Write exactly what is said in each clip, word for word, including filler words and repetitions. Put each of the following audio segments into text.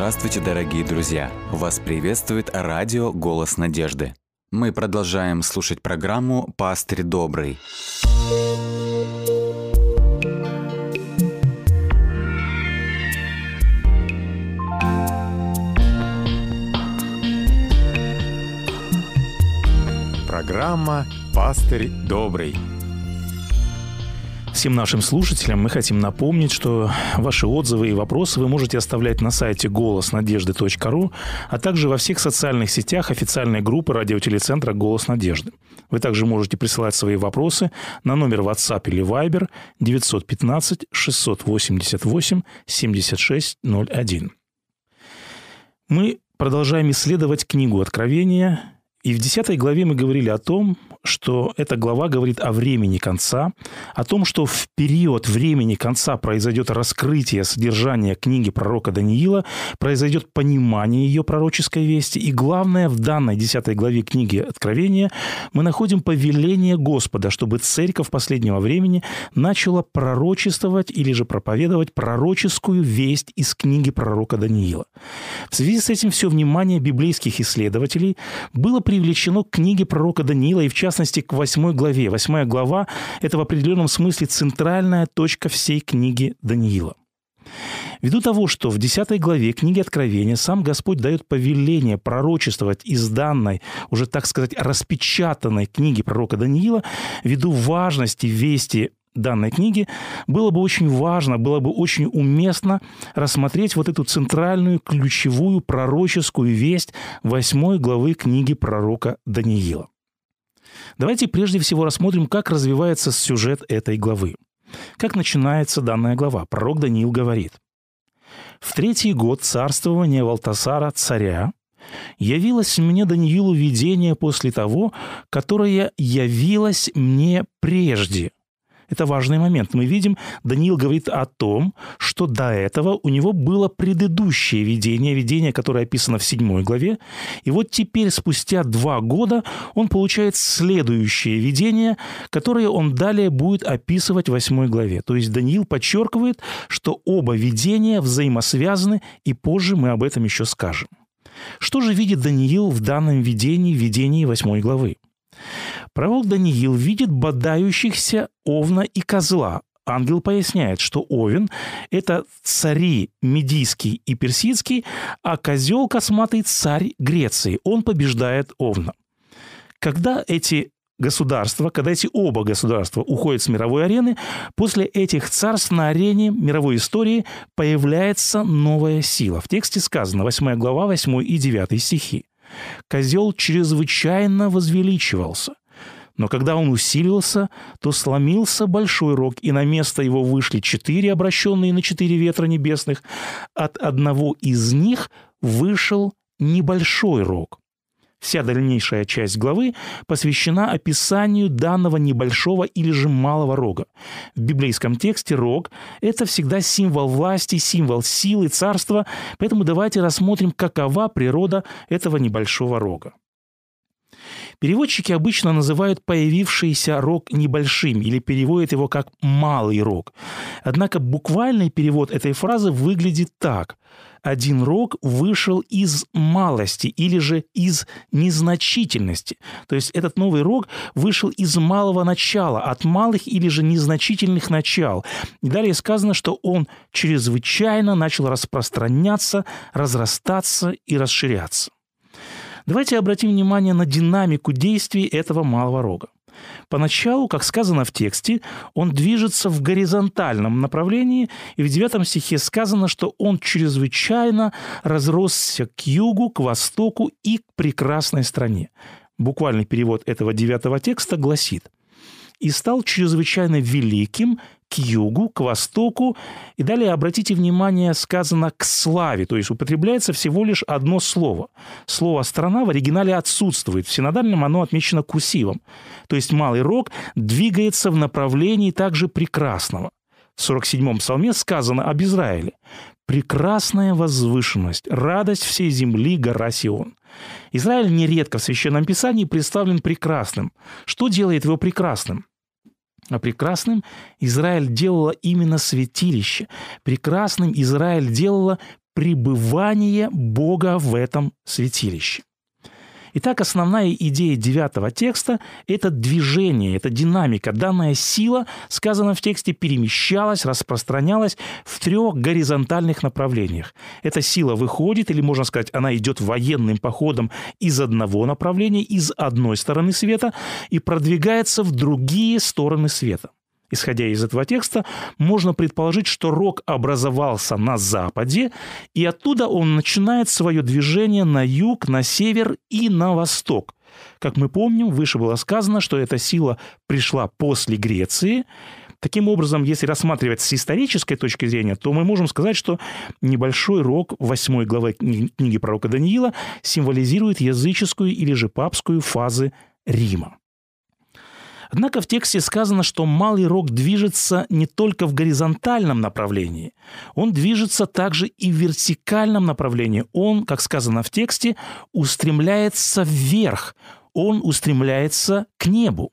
Здравствуйте, дорогие друзья! Вас приветствует радио «Голос надежды». Мы продолжаем слушать программу «Пастырь добрый». Программа «Пастырь добрый». Всем нашим слушателям мы хотим напомнить, что ваши отзывы и вопросы вы можете оставлять на сайте голос надежды точка ру, а также во всех социальных сетях официальной группы радиотелецентра «Голос надежды». Вы также можете присылать свои вопросы на номер WhatsApp или Viber девятьсот пятнадцать шестьсот восемьдесят восемь семьдесят шесть ноль один. Мы продолжаем исследовать книгу Откровения, и в десятой главе мы говорили о том, что эта глава говорит о времени конца, о том, что в период времени конца произойдет раскрытие содержания книги пророка Даниила, произойдет понимание ее пророческой вести. И главное, в данной десятой главе книги Откровения мы находим повеление Господа, чтобы церковь последнего времени начала пророчествовать или же проповедовать пророческую весть из книги пророка Даниила. В связи с этим все внимание библейских исследователей было привлечено к книге пророка Даниила и, в частности, к восьмой главе. Восьмая глава – это в определенном смысле центральная точка всей книги Даниила. Ввиду того, что в десятой главе книги Откровения сам Господь дает повеление пророчествовать из данной, уже, так сказать, распечатанной книги пророка Даниила, ввиду важности вести данной книги, было бы очень важно, было бы очень уместно рассмотреть вот эту центральную, ключевую пророческую весть восьмой главы книги пророка Даниила. Давайте прежде всего рассмотрим, как развивается сюжет этой главы. Как начинается данная глава? Пророк Даниил говорит: «В третий год царствования Валтасара, царя, явилось мне Даниилу видение после того, которое явилось мне прежде». Это важный момент. Мы видим, Даниил говорит о том, что до этого у него было предыдущее видение, видение, которое описано в седьмой главе. И вот теперь, спустя два года, он получает следующее видение, которое он далее будет описывать в восьмой главе. То есть Даниил подчеркивает, что оба видения взаимосвязаны, и позже мы об этом еще скажем. Что же видит Даниил в данном видении, видении восьмой главы? Пророк Даниил видит бодающихся овна и козла. Ангел поясняет, что овен – это цари медийский и персидский, а козел косматый – царь Греции. Он побеждает овна. Когда эти государства, когда эти оба государства уходят с мировой арены, после этих царств на арене мировой истории появляется новая сила. В тексте сказано, восьмая глава, восьмой и девятый стихи. «Козел чрезвычайно возвеличивался, но когда он усилился, то сломился большой рог, и на место его вышли четыре, обращенные на четыре ветра небесных. От одного из них вышел небольшой рог». Вся дальнейшая часть главы посвящена описанию данного небольшого или же малого рога. В библейском тексте рог – это всегда символ власти, символ силы, царства, поэтому давайте рассмотрим, какова природа этого небольшого рога. Переводчики обычно называют появившийся рог небольшим или переводят его как «малый рог». Однако буквальный перевод этой фразы выглядит так: «Один рог вышел из малости» или же из незначительности. То есть этот новый рог вышел из малого начала, от малых или же незначительных начал. И далее сказано, что он чрезвычайно начал распространяться, разрастаться и расширяться. Давайте обратим внимание на динамику действий этого малого рога. Поначалу, как сказано в тексте, он движется в горизонтальном направлении, и в девятом стихе сказано, что он чрезвычайно разросся к югу, к востоку и к прекрасной стране. Буквальный перевод этого девятого текста гласит: «И стал чрезвычайно великим к югу, к востоку». И далее, обратите внимание, сказано «к славе», то есть употребляется всего лишь одно слово. Слово «страна» в оригинале отсутствует, в синодальном оно отмечено курсивом. То есть малый рог двигается в направлении также прекрасного. В сорок седьмом псалме сказано об Израиле: «Прекрасная возвышенность, радость всей земли, гора Сион». Израиль нередко в Священном Писании представлен прекрасным. Что делает его прекрасным? А прекрасным Израиль делала именно святилище. Прекрасным Израиль делала пребывание Бога в этом святилище. Итак, основная идея девятого текста – это движение, это динамика. Данная сила, сказано в тексте, перемещалась, распространялась в трех горизонтальных направлениях. Эта сила выходит, или, можно сказать, она идет военным походом из одного направления, из одной стороны света, и продвигается в другие стороны света. Исходя из этого текста, можно предположить, что рог образовался на западе, и оттуда он начинает свое движение на юг, на север и на восток. Как мы помним, выше было сказано, что эта сила пришла после Греции. Таким образом, если рассматривать с исторической точки зрения, то мы можем сказать, что небольшой рог восьмой главы книги пророка Даниила символизирует языческую или же папскую фазы Рима. Однако в тексте сказано, что малый рог движется не только в горизонтальном направлении, он движется также и в вертикальном направлении. Он, как сказано в тексте, устремляется вверх, он устремляется к небу.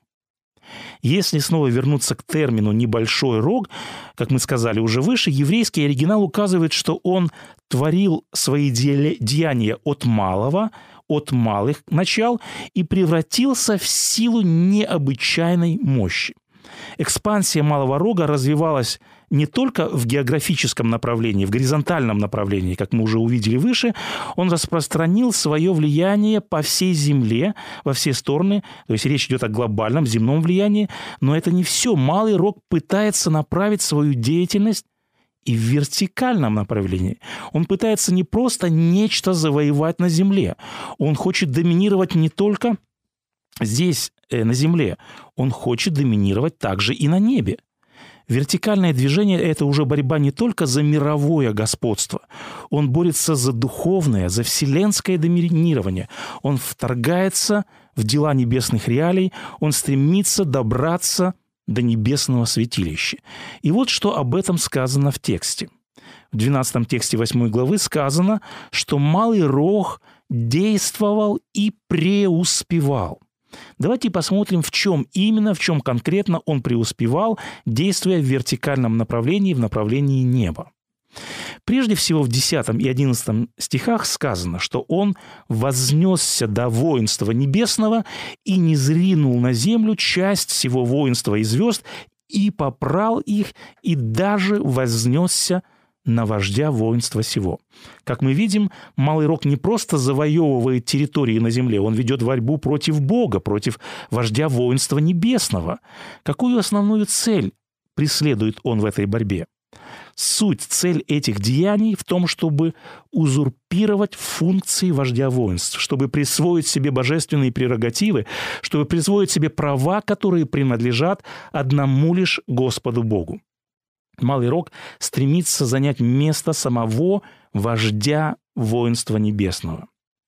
Если снова вернуться к термину «небольшой рог», как мы сказали уже выше, еврейский оригинал указывает, что он творил свои деяния от малого, от малых начал и превратился в силу необычайной мощи. Экспансия малого рога развивалась не только в географическом направлении, в горизонтальном направлении, как мы уже увидели выше, он распространил свое влияние по всей земле, во все стороны, то есть речь идет о глобальном земном влиянии, но это не все. Малый рог пытается направить свою деятельность и в вертикальном направлении. Он пытается не просто нечто завоевать на земле, он хочет доминировать не только здесь, на земле, он хочет доминировать также и на небе. Вертикальное движение – это уже борьба не только за мировое господство. Он борется за духовное, за вселенское доминирование. Он вторгается в дела небесных реалий, он стремится добраться до небесного святилища. И вот что об этом сказано в тексте. В двенадцатом тексте восьмой главы сказано, что малый рог действовал и преуспевал. Давайте посмотрим, в чем именно, в чем конкретно он преуспевал, действуя в вертикальном направлении, в направлении неба. Прежде всего, в десятом и одиннадцатом стихах сказано, что он вознесся до воинства небесного и низвринул на землю часть всего воинства и звезд, и попрал их, и даже вознесся на вождя воинства сего. Как мы видим, малый рог не просто завоевывает территории на земле, он ведет борьбу против Бога, против вождя воинства небесного. Какую основную цель преследует он в этой борьбе? Суть, цель этих деяний в том, чтобы узурпировать функции вождя воинств, чтобы присвоить себе божественные прерогативы, чтобы присвоить себе права, которые принадлежат одному лишь Господу Богу. Малый рог стремится занять место самого вождя воинства небесного.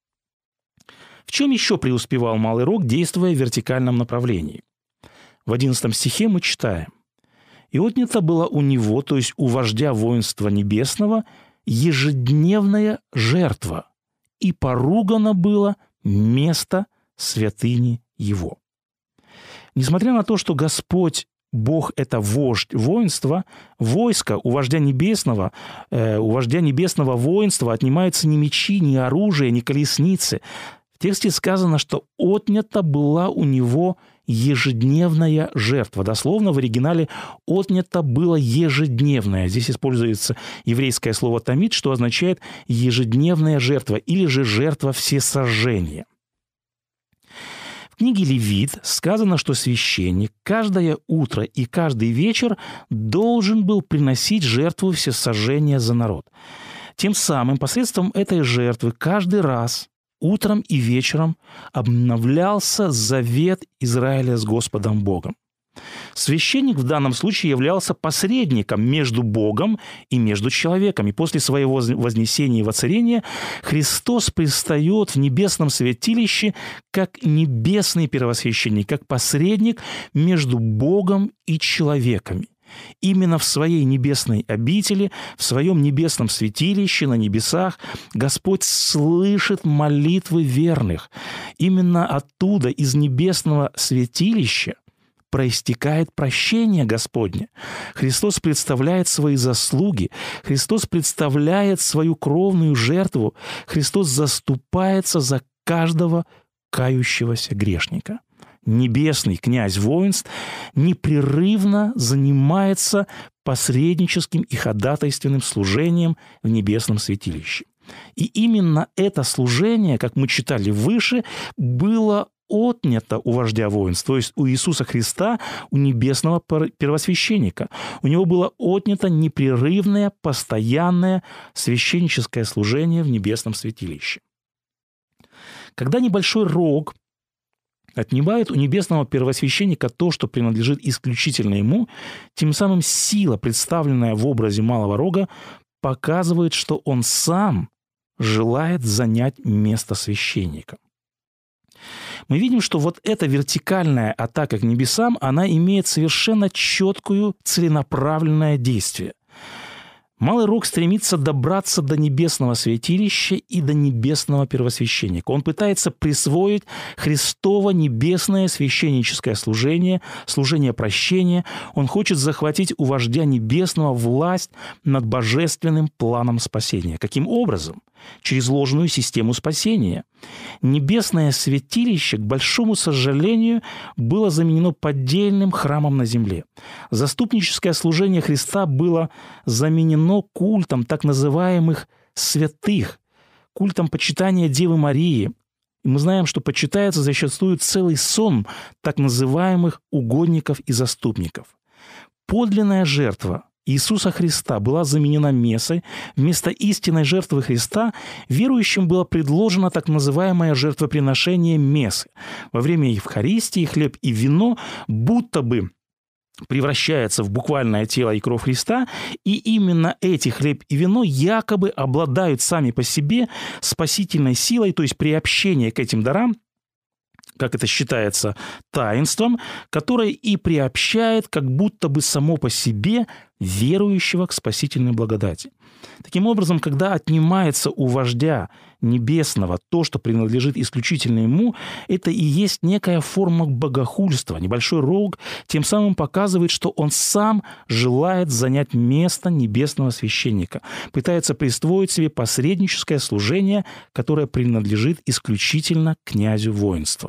В чем еще преуспевал малый рог, действуя в вертикальном направлении? В одиннадцатом стихе мы читаем: «И отнята была у него, то есть у вождя воинства небесного, ежедневная жертва, и поругано было место святыни его». Несмотря на то, что Господь Бог – это вождь воинства, войско у вождя небесного, э, у вождя небесного воинства отнимаются ни мечи, ни оружие, ни колесницы. В тексте сказано, что отнята была у него ежедневная жертва. Дословно в оригинале отнято было ежедневное. Здесь используется еврейское слово «тамид», что означает ежедневная жертва или же жертва всесожжения. В книге Левит сказано, что священник каждое утро и каждый вечер должен был приносить жертву всесожжения за народ. Тем самым посредством этой жертвы каждый раз утром и вечером обновлялся завет Израиля с Господом Богом. Священник в данном случае являлся посредником между Богом и между человеком. И после своего вознесения и воцарения Христос предстает в небесном святилище как небесный первосвященник, как посредник между Богом и человеками. Именно в своей небесной обители, в своем небесном святилище на небесах Господь слышит молитвы верных. Именно оттуда, из небесного святилища, проистекает прощение Господне. Христос представляет свои заслуги, Христос представляет свою кровную жертву, Христос заступается за каждого кающегося грешника. Небесный князь воинств непрерывно занимается посредническим и ходатайственным служением в небесном святилище. И именно это служение, как мы читали выше, было отнято у вождя воинств, то есть у Иисуса Христа, у небесного первосвященника. У него было отнято непрерывное, постоянное священническое служение в небесном святилище. Когда небольшой рог отнимает у небесного первосвященника то, что принадлежит исключительно ему, тем самым сила, представленная в образе малого рога, показывает, что он сам желает занять место священника. Мы видим, что вот эта вертикальная атака к небесам, она имеет совершенно четкую целенаправленное действие. Малый рог стремится добраться до небесного святилища и до небесного первосвященника. Он пытается присвоить Христово небесное священническое служение, служение прощения. Он хочет захватить у вождя небесного власть над божественным планом спасения. Каким образом? Через ложную систему спасения. Небесное святилище, к большому сожалению, было заменено поддельным храмом на земле. Заступническое служение Христа было заменено культом так называемых святых, культом почитания Девы Марии. И мы знаем, что почитается зачастую целый сон так называемых угодников и заступников. Подлинная жертва Иисуса Христа была заменена мессой. Вместо истинной жертвы Христа верующим было предложено так называемое жертвоприношение мессы. Во время Евхаристии хлеб и вино будто бы превращается в буквальное тело и кровь Христа, и именно эти хлеб и вино якобы обладают сами по себе спасительной силой, то есть приобщение к этим дарам, как это считается, таинством, которое и приобщает как будто бы само по себе верующего к спасительной благодати. Таким образом, когда отнимается у вождя небесного то, что принадлежит исключительно ему, это и есть некая форма богохульства. Небольшой рог тем самым показывает, что он сам желает занять место небесного священника, пытается присвоить себе посредническое служение, которое принадлежит исключительно князю воинства.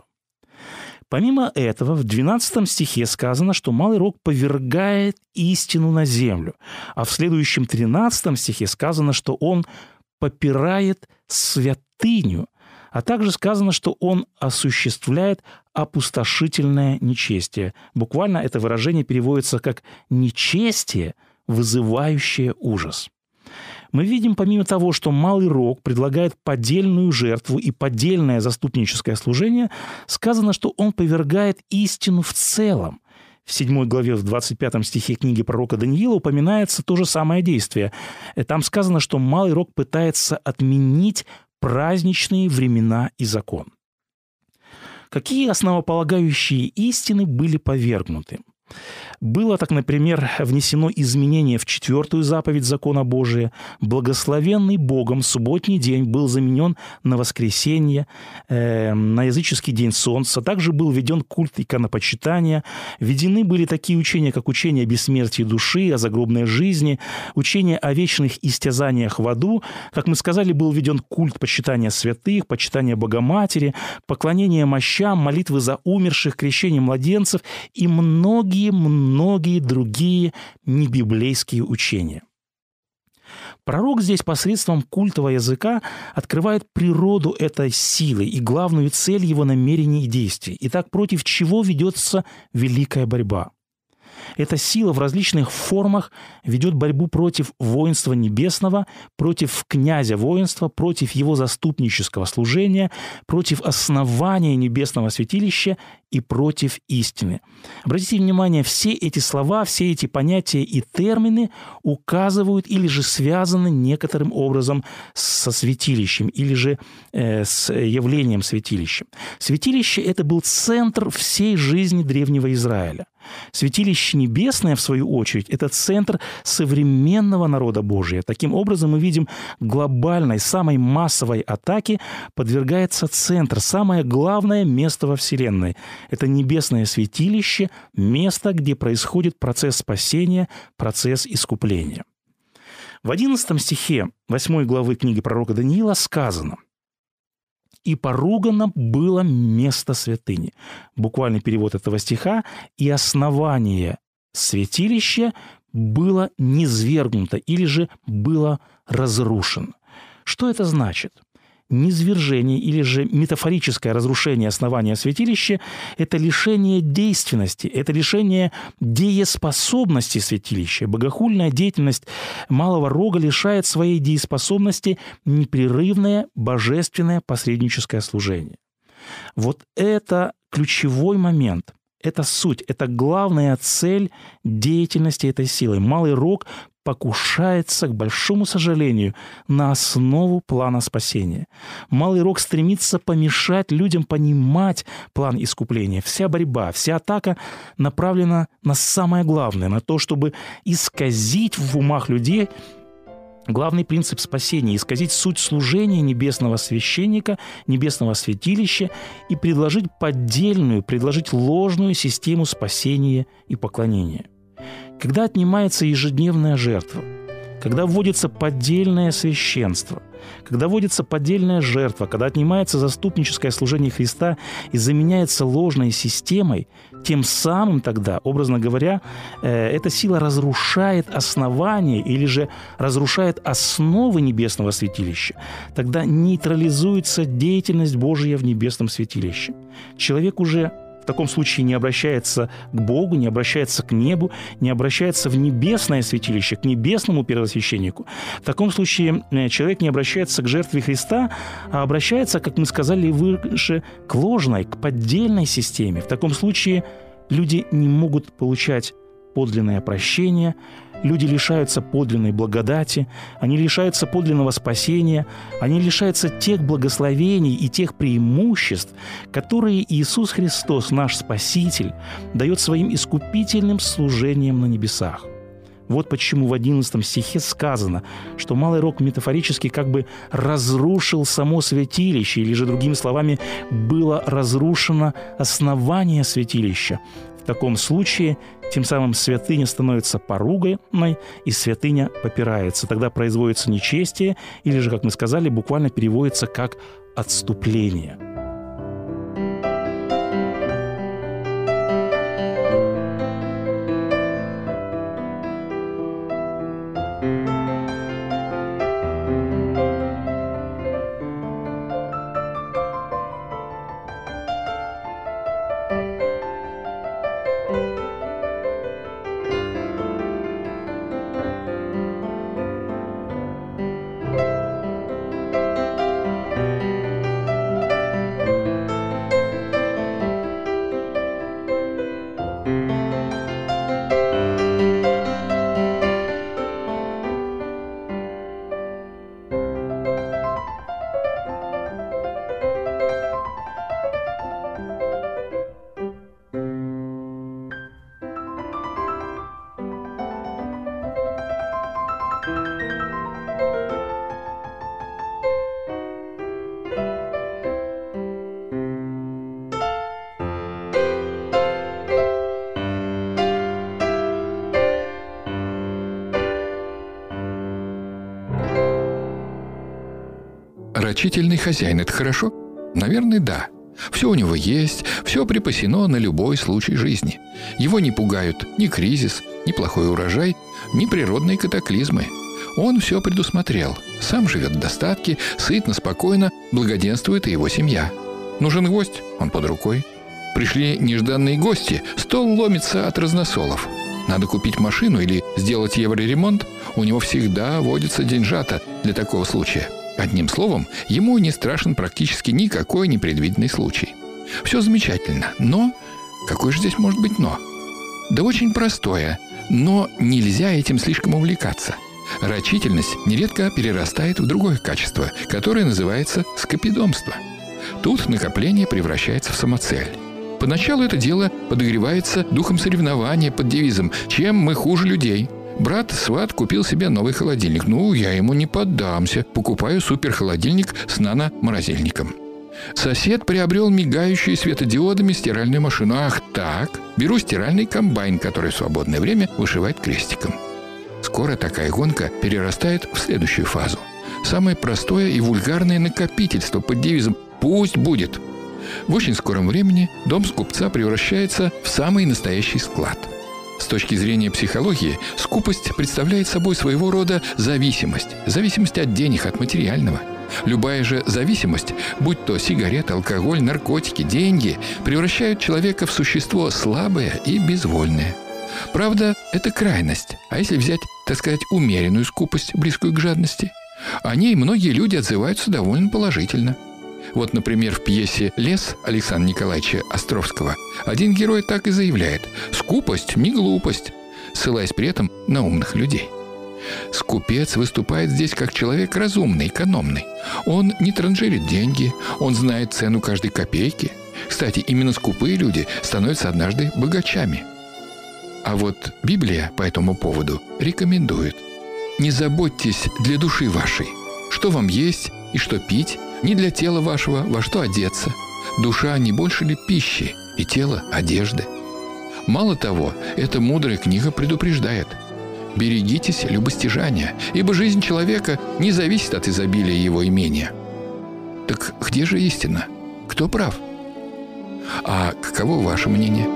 Помимо этого, в двенадцатом стихе сказано, что малый рог повергает истину на землю, а в следующем тринадцатом стихе сказано, что он попирает святыню, а также сказано, что он осуществляет опустошительное нечестие. Буквально это выражение переводится как «нечестие, вызывающее ужас». Мы видим, помимо того, что малый рог предлагает поддельную жертву и поддельное заступническое служение, сказано, что он повергает истину в целом. В седьмой главе, в двадцать пятом стихе книги пророка Даниила упоминается то же самое действие. Там сказано, что малый рог пытается отменить праздничные времена и закон. Какие основополагающие истины были повергнуты? Было так, например, внесено изменение в четвертую заповедь закона Божия. Благословенный Богом субботний день был заменен на воскресенье, э, на языческий день солнца. Также был введен культ иконопочитания. Введены были такие учения, как учение о бессмертии души, о загробной жизни, учение о вечных истязаниях в аду. Как мы сказали, был введен культ почитания святых, почитания Богоматери, поклонение мощам, молитвы за умерших, крещение младенцев и многие-многие многие другие небиблейские учения. Пророк здесь посредством культового языка открывает природу этой силы и главную цель его намерений и действий. Итак, против чего ведется великая борьба? Эта сила в различных формах ведет борьбу против воинства небесного, против князя воинства, против его заступнического служения, против основания небесного святилища и против истины. Обратите внимание, все эти слова, все эти понятия и термины указывают или же связаны некоторым образом со святилищем, или же э, с явлением святилища. Святилище – это был центр всей жизни древнего Израиля. Святилище небесное, в свою очередь, это центр современного народа Божия. Таким образом, мы видим, глобальной, самой массовой атаке подвергается центр, самое главное место во Вселенной. Это небесное святилище, место, где происходит процесс спасения, процесс искупления. В одиннадцатом стихе восьмой главы книги пророка Даниила сказано: «И поругано было место святыни». Буквальный перевод этого стиха: «И основание святилища было низвергнуто или же было разрушено». Что это значит? Низвержение или же метафорическое разрушение основания святилища – это лишение действенности, это лишение дееспособности святилища. Богохульная деятельность Малого Рога лишает своей дееспособности непрерывное божественное посредническое служение. Вот это ключевой момент. Это суть, это главная цель деятельности этой силы. Малый Рог покушается, к большому сожалению, на основу плана спасения. Малый Рог стремится помешать людям понимать план искупления. Вся борьба, вся атака направлена на самое главное, на то, чтобы исказить в умах людей главный принцип спасения, исказить суть служения небесного священника, небесного святилища и предложить поддельную, предложить ложную систему спасения и поклонения. Когда отнимается ежедневная жертва, когда вводится поддельное священство, когда вводится поддельная жертва, когда отнимается заступническое служение Христа и заменяется ложной системой, тем самым тогда, образно говоря, эта сила разрушает основание или же разрушает основы небесного святилища. Тогда нейтрализуется деятельность Божия в небесном святилище. Человек уже в таком случае не обращается к Богу, не обращается к небу, не обращается в небесное святилище, к небесному первосвященнику. В таком случае человек не обращается к жертве Христа, а обращается, как мы сказали выше, к ложной, к поддельной системе. В таком случае люди не могут получать подлинное прощение, люди лишаются подлинной благодати, они лишаются подлинного спасения, они лишаются тех благословений и тех преимуществ, которые Иисус Христос, наш Спаситель, дает своим искупительным служением на небесах. Вот почему в одиннадцатом стихе сказано, что Малый Рог метафорически как бы разрушил само святилище, или же, другими словами, было разрушено основание святилища. В таком случае тем самым святыня становится поруганной, и святыня попирается. Тогда производится нечестие, или же, как мы сказали, буквально переводится как «отступление». Рачительный хозяин – это хорошо? Наверное, да. Все у него есть, все припасено на любой случай жизни. Его не пугают ни кризис, ни плохой урожай, ни природные катаклизмы. Он все предусмотрел. Сам живет в достатке, сытно, спокойно, благоденствует и его семья. Нужен гость – он под рукой. Пришли нежданные гости, стол ломится от разносолов. Надо купить машину или сделать евроремонт, у него всегда водится деньжата для такого случая. Одним словом, ему не страшен практически никакой непредвиденный случай. Все замечательно, но... Какое же здесь может быть «но»? Да очень простое. Но нельзя этим слишком увлекаться. Рачительность нередко перерастает в другое качество, которое называется скопидомство. Тут накопление превращается в самоцель. Поначалу это дело подогревается духом соревнования под девизом «Чем мы хуже людей?». Брат-сват купил себе новый холодильник. Ну, я ему не поддамся. Покупаю суперхолодильник с нано-морозильником. Сосед приобрел мигающую светодиодами стиральную машину. Ах так, беру стиральный комбайн, который в свободное время вышивает крестиком. Скоро такая гонка перерастает в следующую фазу. Самое простое и вульгарное накопительство под девизом «Пусть будет». В очень скором времени дом скупца превращается в самый настоящий склад. С точки зрения психологии, скупость представляет собой своего рода зависимость. Зависимость от денег, от материального. Любая же зависимость, будь то сигареты, алкоголь, наркотики, деньги, превращают человека в существо слабое и безвольное. Правда, это крайность. А если взять, так сказать, умеренную скупость, близкую к жадности? О ней многие люди отзываются довольно положительно. Вот, например, в пьесе «Лес» Александра Николаевича Островского один герой так и заявляет: «Скупость не глупость», ссылаясь при этом на умных людей. Скупец выступает здесь как человек разумный, экономный. Он не транжирит деньги, он знает цену каждой копейки. Кстати, именно скупые люди становятся однажды богачами. А вот Библия по этому поводу рекомендует: «Не заботьтесь для души вашей, что вам есть и что пить, не для тела вашего, во что одеться. Душа не больше ли пищи, и тело – одежды». Мало того, эта мудрая книга предупреждает: берегитесь любостяжания, ибо жизнь человека не зависит от изобилия его имения. Так где же истина? Кто прав? А каково ваше мнение?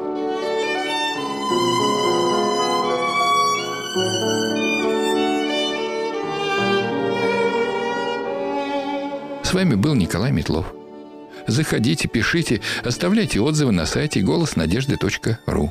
С вами был Николай Метлов. Заходите, пишите, оставляйте отзывы на сайте голос надежды точка ру.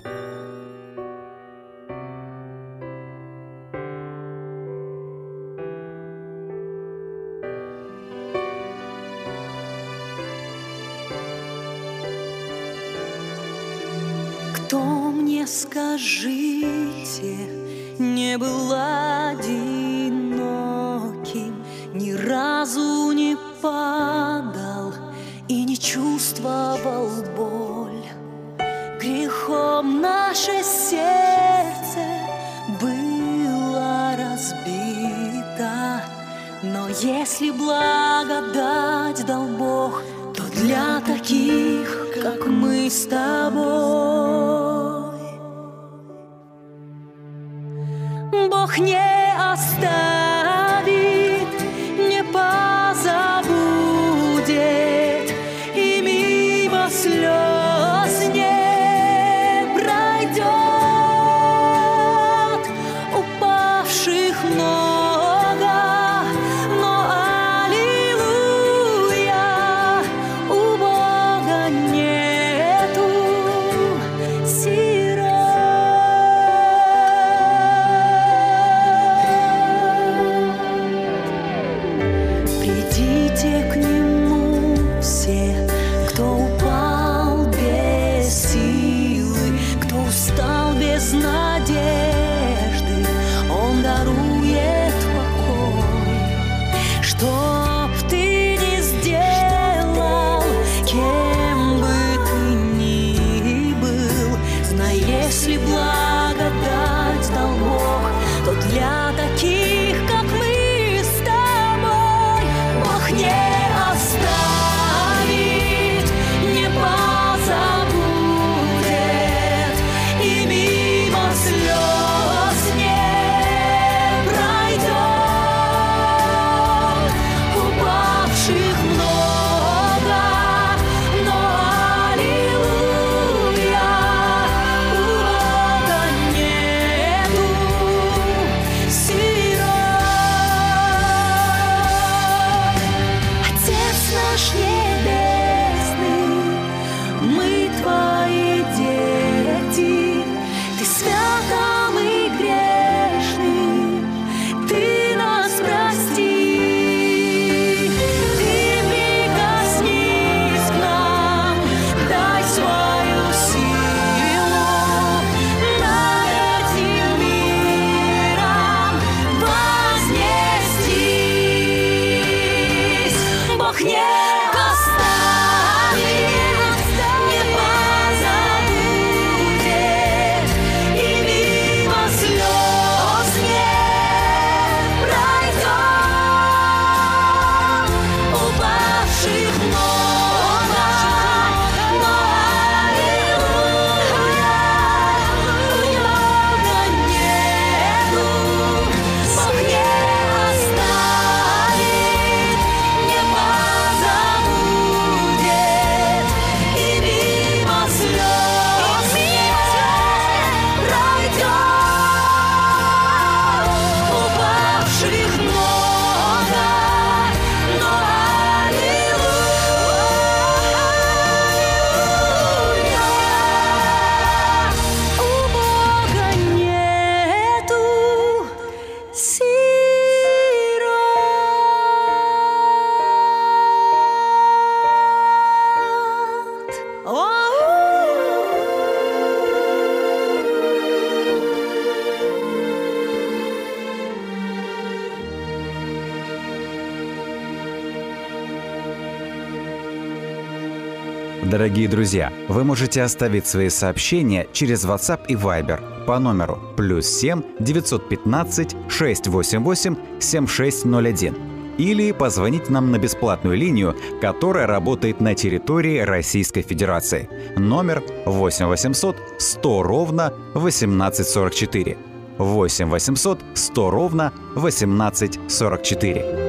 Кто мне, скажите, не был одиноким, ни разу не падал и не чувствовал боль? Грехом наше сердце было разбито, но если благодать дал Бог, то для таких, как мы с тобой, Бог не оставит, не позабудет, и мимо слез не пройдет. Упавших много, но аллилуйя, у Бога нету сирот. Придите к Нему все, кто упал без силы, кто устал без надежды, Он дарует покой. Чтоб ты ни сделал, кем бы ты ни был, знай, если благодать дал Бог, то для таких, как мы с тобой, Бог не оставит, не позабудет, и мимо слез не пройдет. Упавших много, но аллилуйя, у Дорогие друзья, вы можете оставить свои сообщения через WhatsApp и Viber по номеру плюс семь девятьсот пятнадцать шестьсот восемьдесят восемь семьдесят шесть ноль один или позвонить нам на бесплатную линию, которая работает на территории Российской Федерации. Номер восемь восемьсот сто ровно восемнадцать сорок четыре. восемь восемьсот сто ровно восемнадцать сорок четыре.